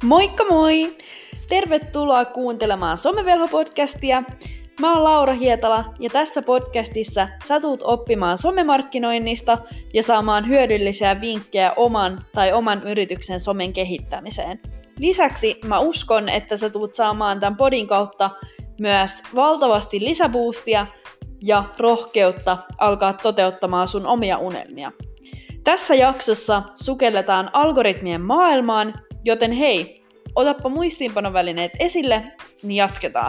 Moikka moi! Tervetuloa kuuntelemaan Somevelho-podcastia. Mä oon Laura Hietala ja tässä podcastissa sä tuut oppimaan somemarkkinoinnista ja saamaan hyödyllisiä vinkkejä oman yrityksen somen kehittämiseen. Lisäksi mä uskon, että sä tuut saamaan tämän podin kautta myös valtavasti lisäboostia ja rohkeutta alkaa toteuttamaan sun omia unelmia. Tässä jaksossa sukelletaan algoritmien maailmaan, joten hei, otappa muistiinpanovälineet esille, niin jatketaan.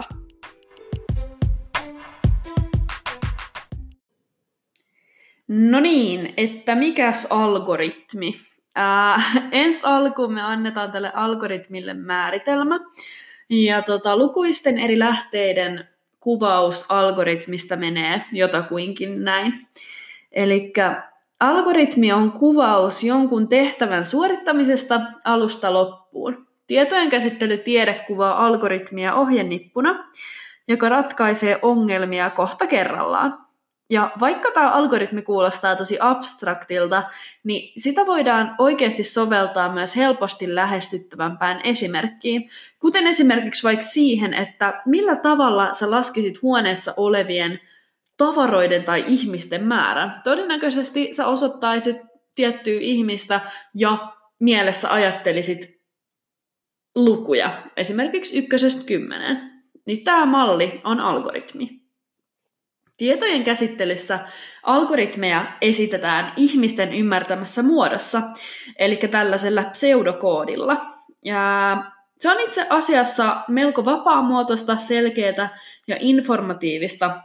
No niin, että mikäs algoritmi? Ensi alkuun me annetaan tälle algoritmille määritelmä. Ja lukuisten eri lähteiden kuvaus algoritmista menee jotakuinkin näin. Elikkä algoritmi on kuvaus jonkun tehtävän suorittamisesta alusta loppuun. Tietojenkäsittelytiede kuvaa algoritmia ohjenippuna, joka ratkaisee ongelmia kohta kerrallaan. Ja vaikka tämä algoritmi kuulostaa tosi abstraktilta, niin sitä voidaan oikeasti soveltaa myös helposti lähestyttävämpään esimerkkiin, kuten esimerkiksi vaikka siihen, että millä tavalla sä laskisit huoneessa olevien tavaroiden tai ihmisten määrän. Todennäköisesti sä osoittaisit tiettyä ihmistä ja mielessä ajattelisit lukuja, esimerkiksi 1–10. Niin tämä malli on algoritmi. Tietojen käsittelyssä algoritmeja esitetään ihmisten ymmärtämässä muodossa, eli tällaisella pseudokoodilla. Ja se on itse asiassa melko vapaamuotoista, selkeää ja informatiivista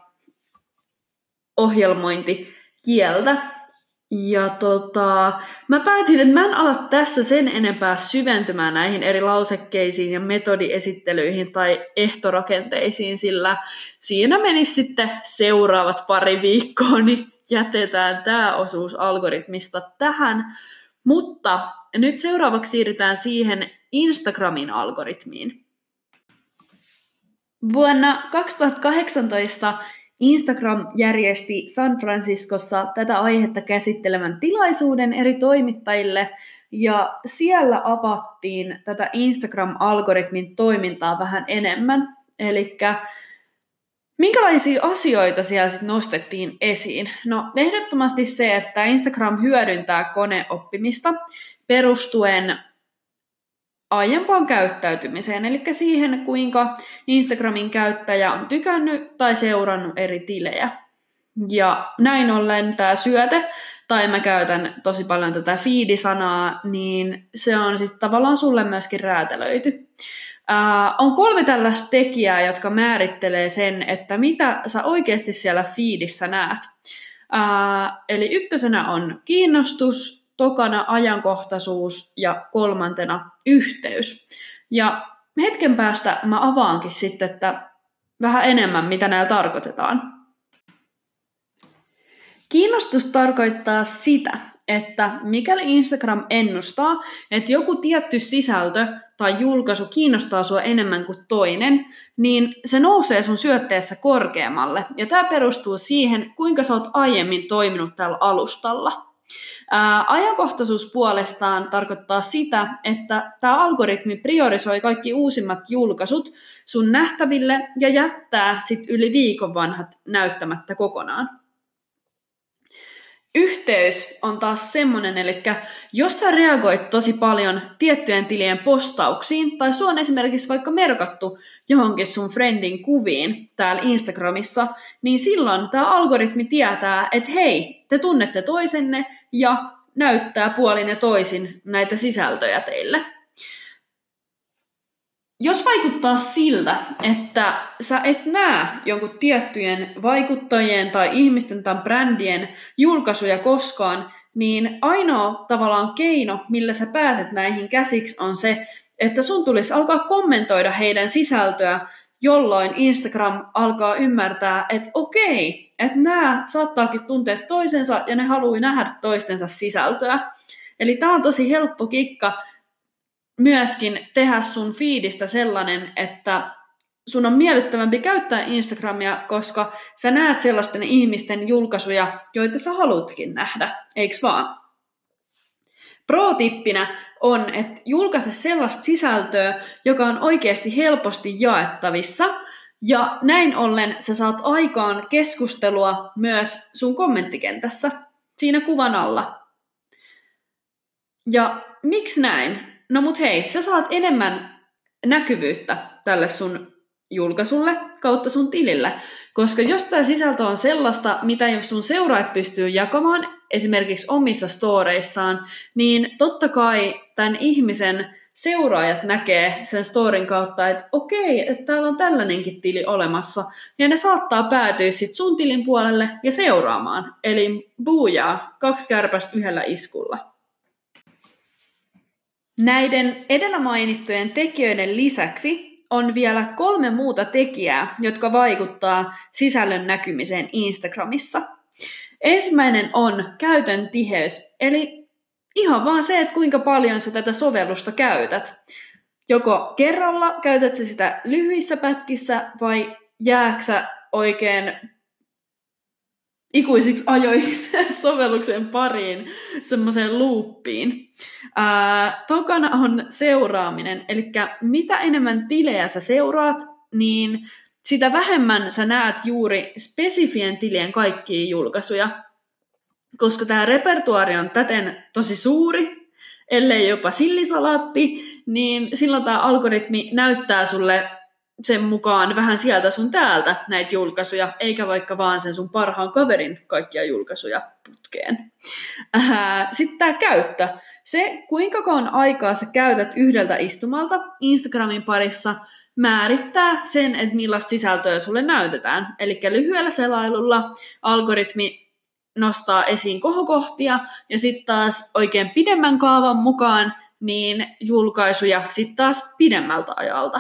ohjelmointikieltä. Ja mä päätin, että mä en ala tässä sen enempää syventymään näihin eri lausekkeisiin ja metodiesittelyihin tai ehtorakenteisiin, sillä siinä menisi sitten seuraavat pari viikkoa, niin jätetään tämä osuus algoritmista tähän. Mutta nyt seuraavaksi siirrytään siihen Instagramin algoritmiin. Vuonna 2018 Instagram järjesti San Franciscossa tätä aihetta käsittelevän tilaisuuden eri toimittajille, ja siellä avattiin tätä Instagram-algoritmin toimintaa vähän enemmän. Eli minkälaisia asioita siellä sitten nostettiin esiin? No ehdottomasti se, että Instagram hyödyntää koneoppimista perustuen aiempaan käyttäytymiseen, eli siihen, kuinka Instagramin käyttäjä on tykännyt tai seurannut eri tilejä. Ja näin ollen tämä syöte, tai mä käytän tosi paljon tätä feed-sanaa, niin se on sitten tavallaan sulle myöskin räätälöity. On 3 tällaista tekijää, jotka määrittelee sen, että mitä sä oikeasti siellä feedissä näet. Eli 1 on kiinnostus, 2 ajankohtaisuus ja 3 yhteys. Ja hetken päästä mä avaankin sitten, että vähän enemmän, mitä näillä tarkoitetaan. Kiinnostus tarkoittaa sitä, että mikäli Instagram ennustaa, että joku tietty sisältö tai julkaisu kiinnostaa sua enemmän kuin toinen, niin se nousee sun syötteessä korkeammalle. Ja tämä perustuu siihen, kuinka sä oot aiemmin toiminut tällä alustalla. Ajankohtaisuus puolestaan tarkoittaa sitä, että tämä algoritmi priorisoi kaikki uusimmat julkaisut sun nähtäville ja jättää sit yli viikon vanhat näyttämättä kokonaan. Yhteys on taas semmoinen, eli jos sä reagoit tosi paljon tiettyjen tilien postauksiin, tai sua on esimerkiksi vaikka merkattu johonkin sun friendin kuviin täällä Instagramissa, niin silloin tämä algoritmi tietää, että hei, te tunnette toisenne ja näyttää puolin ja toisin näitä sisältöjä teille. Jos vaikuttaa siltä, että sä et näe jonkun tiettyjen vaikuttajien tai ihmisten tai brändien julkaisuja koskaan, niin ainoa tavallaan keino, millä sä pääset näihin käsiksi, on se, että sun tulisi alkaa kommentoida heidän sisältöä, jolloin Instagram alkaa ymmärtää, että okei, että nämä saattaakin tuntea toisensa ja ne haluaa nähdä toistensa sisältöä. Eli tää on tosi helppo kikka myöskin tehdä sun feedistä sellainen, että sun on miellyttävämpi käyttää Instagramia, koska sä näet sellaisten ihmisten julkaisuja, joita sä haluatkin nähdä, eiks vaan? Pro-tippinä on, että julkaise sellaista sisältöä, joka on oikeasti helposti jaettavissa, ja näin ollen sä saat aikaan keskustelua myös sun kommenttikentässä, siinä kuvan alla. Ja miksi näin? No mut hei, sä saat enemmän näkyvyyttä tälle sun julkaisulle kautta sun tilille, koska jos tämä sisältö on sellaista, mitä jos sun seuraajat pystyy jakamaan esimerkiksi omissa storeissaan, niin totta kai tämän ihmisen seuraajat näkee sen storin kautta, että okei, että täällä on tällainenkin tili olemassa, ja ne saattaa päätyä sitten sun tilin puolelle ja seuraamaan. Eli buujaa, 2 kärpästä yhdellä iskulla. Näiden edellä mainittujen tekijöiden lisäksi on vielä 3 muuta tekijää, jotka vaikuttaa sisällön näkymiseen Instagramissa. Ensimmäinen on käytön tiheys, eli ihan vaan se, että kuinka paljon sä tätä sovellusta käytät. Joko kerralla käytät sä sitä lyhyissä pätkissä vai jääksä oikein ikuisiksi ajoiksi sovelluksen pariin, semmoiseen loopiin. Tokana on seuraaminen, eli mitä enemmän tilejä sä seuraat, niin sitä vähemmän sä näet juuri spesifien tilien kaikkia julkaisuja, koska tämä repertuaari on täten tosi suuri, ellei jopa sillisalaatti, niin silloin tämä algoritmi näyttää sulle sen mukaan vähän sieltä sun täältä näitä julkaisuja, eikä vaikka vaan sen sun parhaan kaverin kaikkia julkaisuja putkeen. Sitten tämä käyttö. Se, kuinka kauan aikaa sä käytät yhdeltä istumalta Instagramin parissa, määrittää sen, että millaista sisältöä sulle näytetään. Eli lyhyellä selailulla algoritmi nostaa esiin kohokohtia, ja sitten taas oikein pidemmän kaavan mukaan niin julkaisuja sitten taas pidemmältä ajalta.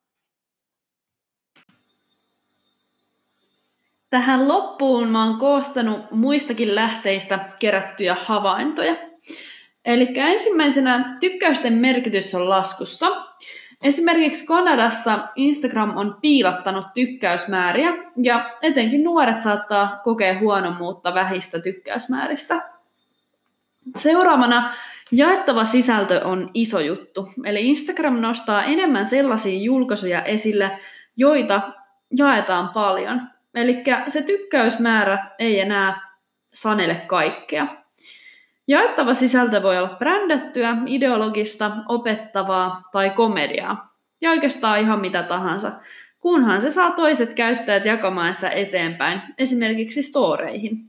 Tähän loppuun mä oon koostanut muistakin lähteistä kerättyjä havaintoja. Eli ensimmäisenä tykkäysten merkitys on laskussa. Esimerkiksi Kanadassa Instagram on piilottanut tykkäysmääriä, ja etenkin nuoret saattaa kokea huonommuutta vähistä tykkäysmääristä. Seuraavana jaettava sisältö on iso juttu. Eli Instagram nostaa enemmän sellaisia julkaisuja esille, joita jaetaan paljon. Eli se tykkäysmäärä ei enää sanele kaikkea. Jaettava sisältö voi olla brändättyä, ideologista, opettavaa tai komediaa. Ja oikeastaan ihan mitä tahansa, kunhan se saa toiset käyttäjät jakamaan sitä eteenpäin, esimerkiksi storeihin.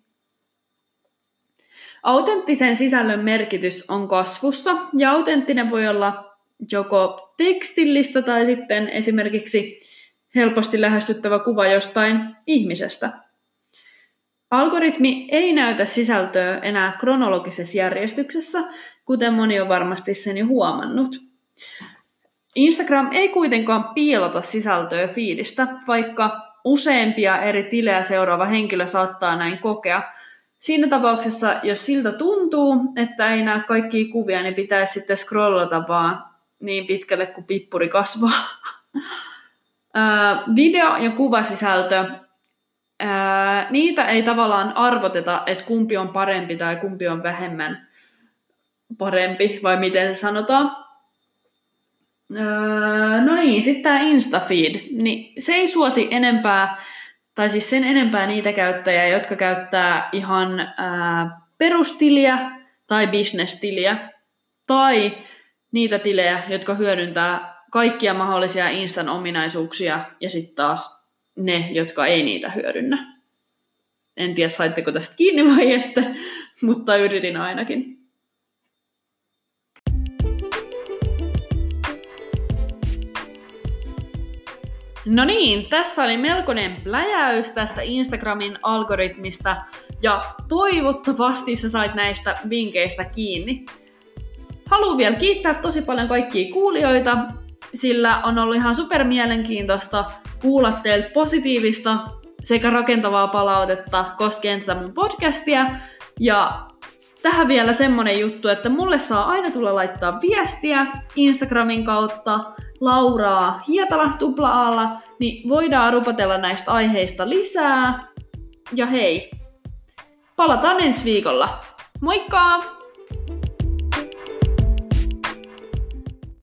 Autenttisen sisällön merkitys on kasvussa, ja autenttinen voi olla joko tekstillistä tai sitten esimerkiksi helposti lähestyttävä kuva jostain ihmisestä. Algoritmi ei näytä sisältöä enää kronologisessa järjestyksessä, kuten moni on varmasti sen jo huomannut. Instagram ei kuitenkaan piilota sisältöä feedistä, vaikka useampia eri tilejä seuraava henkilö saattaa näin kokea. Siinä tapauksessa, jos siltä tuntuu, että ei näe kaikkia kuvia, niin pitäisi sitten scrollata vaan niin pitkälle kuin pippuri kasvaa. Video- ja kuvasisältö, niitä ei tavallaan arvoteta, että kumpi on parempi tai kumpi on vähemmän parempi, vai miten se sanotaan. No niin, sitten tämä Instafeed, niin se ei suosi enempää, tai siis sen enempää niitä käyttäjiä, jotka käyttää ihan perustiliä tai business-tiliä, tai niitä tilejä, jotka hyödyntää kaikkia mahdollisia Instan ominaisuuksia, ja sitten taas ne, jotka ei niitä hyödynnä. En tiedä, saitteko tästä kiinni vai ette, mutta yritin ainakin. No niin, tässä oli melkoinen pläjäys tästä Instagramin algoritmista, ja toivottavasti sä sait näistä vinkkeistä kiinni. Haluan vielä kiittää tosi paljon kaikkia kuulijoita, sillä on ollut ihan super mielenkiintoista kuulla teiltä positiivista sekä rakentavaa palautetta koskien tätä mun podcastia. Ja tähän vielä semmonen juttu, että mulle saa aina tulla laittaa viestiä Instagramin kautta Lauraa Hietala @, niin voidaan rupatella näistä aiheista lisää. Ja hei, palataan ensi viikolla. Moikka!